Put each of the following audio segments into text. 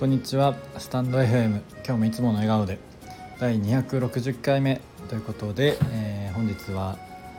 こんにちは。スタンド FM 今日もいつもの笑顔で第260回目ということで、本日は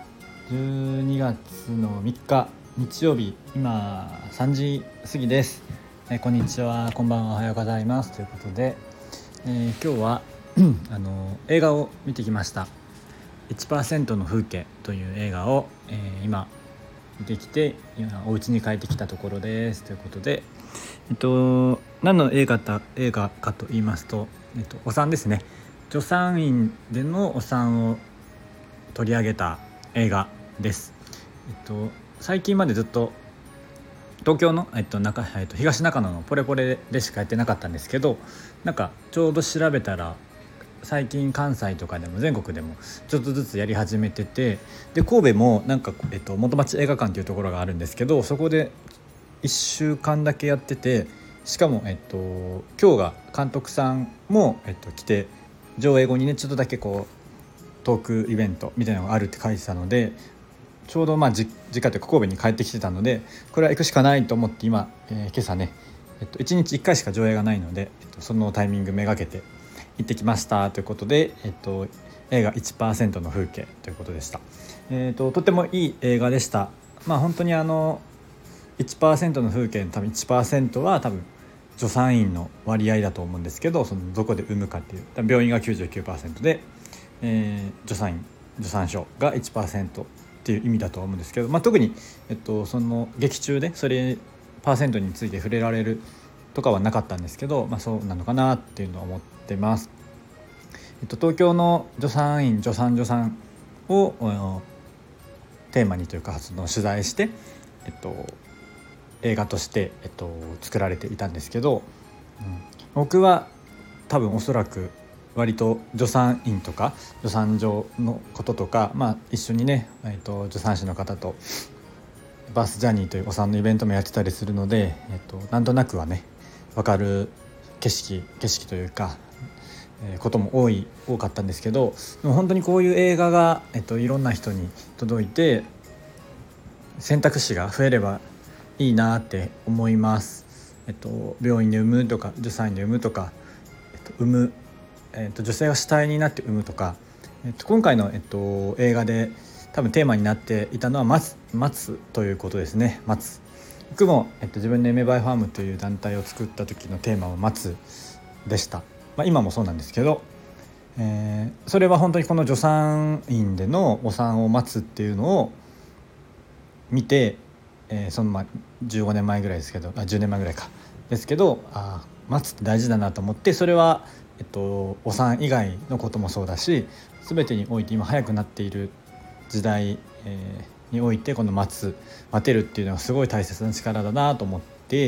12月の3日日曜日、今3時過ぎです。こんにちは、こんばんは、おはようございますということで、今日は映画を見てきました。 1% の風景という映画を、今見てきて、今お家に帰ってきたところですということで、何の映画かと言いますと、お産ですね。助産院でのお産を取り上げた映画です。最近までずっと東京の、東中野のポレポレでしかやってなかったんですけど、なんかちょうど調べたら最近関西とかでも全国でもちょっとずつやり始めてて、で神戸もなんか、元町映画館というところがあるんですけど、そこで1週間だけやってて、しかも、今日が監督さんも、来て、上映後にねちょっとだけこうトークイベントみたいなのがあるって書いてたので、ちょうど実家というか神戸に帰ってきてたので、これは行くしかないと思って今、今朝ね、1日1回しか上映がないので、そのタイミングめがけて行ってきましたということで、映画 1% の風景ということでした。とてもいい映画でした。本当に1% の風景の多分 1% は多分助産院の割合だと思うんですけど、そのどこで産むかっていう、病院が 99% で、助産所が 1% っていう意味だと思うんですけど、特に、その劇中でそれパーセントについて触れられるとかはなかったんですけど、そうなのかなっていうのは思ってます。東京の助産院助産をテーマにというか、その取材して、映画として、作られていたんですけど、僕は多分おそらく割と助産院とか助産所のこととか、一緒にね、助産師の方とバースジャーニーというお産のイベントもやってたりするので、なんとなくはね分かる景色というか、ことも多かったんですけど、でも本当にこういう映画が、いろんな人に届いて選択肢が増えればいいなって思います。病院で産むとか助産院で産むとか、女性が主体になって産むとか、今回の、映画で多分テーマになっていたのは待つということですね。僕も、自分でメバイファームという団体を作った時のテーマは待つでした。今もそうなんですけど、それは本当にこの助産院でのお産を待つっていうのを見て、その15年前ぐらいですけど、10年前ぐらいかですけど、待つって大事だなと思って、それは、お産以外のこともそうだし、全てにおいて今早くなっている時代、においてこの待てるっていうのはすごい大切な力だなと思って、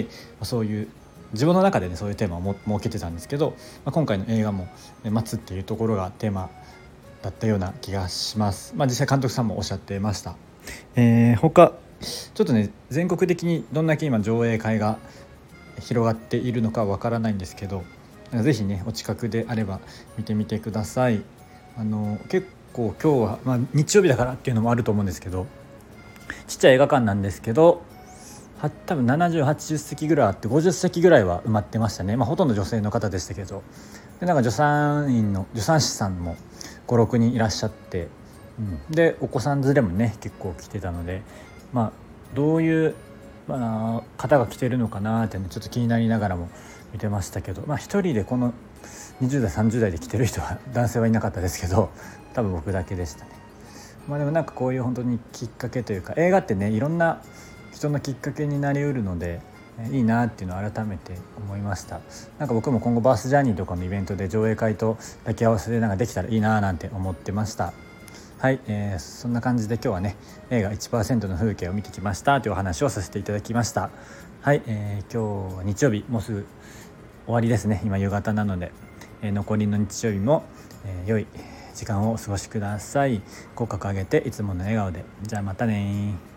そういう自分の中でねそういうテーマを設けてたんですけど、今回の映画も待つっていうところがテーマだったような気がします。実際監督さんもおっしゃってました。他ちょっとね全国的にどんだけ今上映会が広がっているのかわからないんですけど、ぜひねお近くであれば見てみてください。結構今日は、日曜日だからっていうのもあると思うんですけど、ちっちゃい映画館なんですけど、多分70、80席ぐらいあって50席ぐらいは埋まってましたね。ほとんど女性の方でしたけど、でなんか助産院の助産師さんも 5,6 人いらっしゃって、でお子さん連れもね結構来てたので、どういう、方が来てるのかなって、ちょっと気になりながらも見てましたけど、一人でこの20代30代で来てる人は男性はいなかったですけど、多分僕だけでしたね。でもなんかこういう本当にきっかけというか、映画ってねいろんな人のきっかけになりうるので、いいなっていうのを改めて思いました。なんか僕も今後バースジャーニーとかのイベントで上映会と抱き合わせでなんかできたらいいななんて思ってました。はい、そんな感じで今日はね映画 1% の風景を見てきましたというお話をさせていただきました。はい、今日は日曜日、もうすぐ終わりですね。今夕方なので、残りの日曜日も、良い時間をお過ごしください。口角上げていつもの笑顔で。じゃあまたね。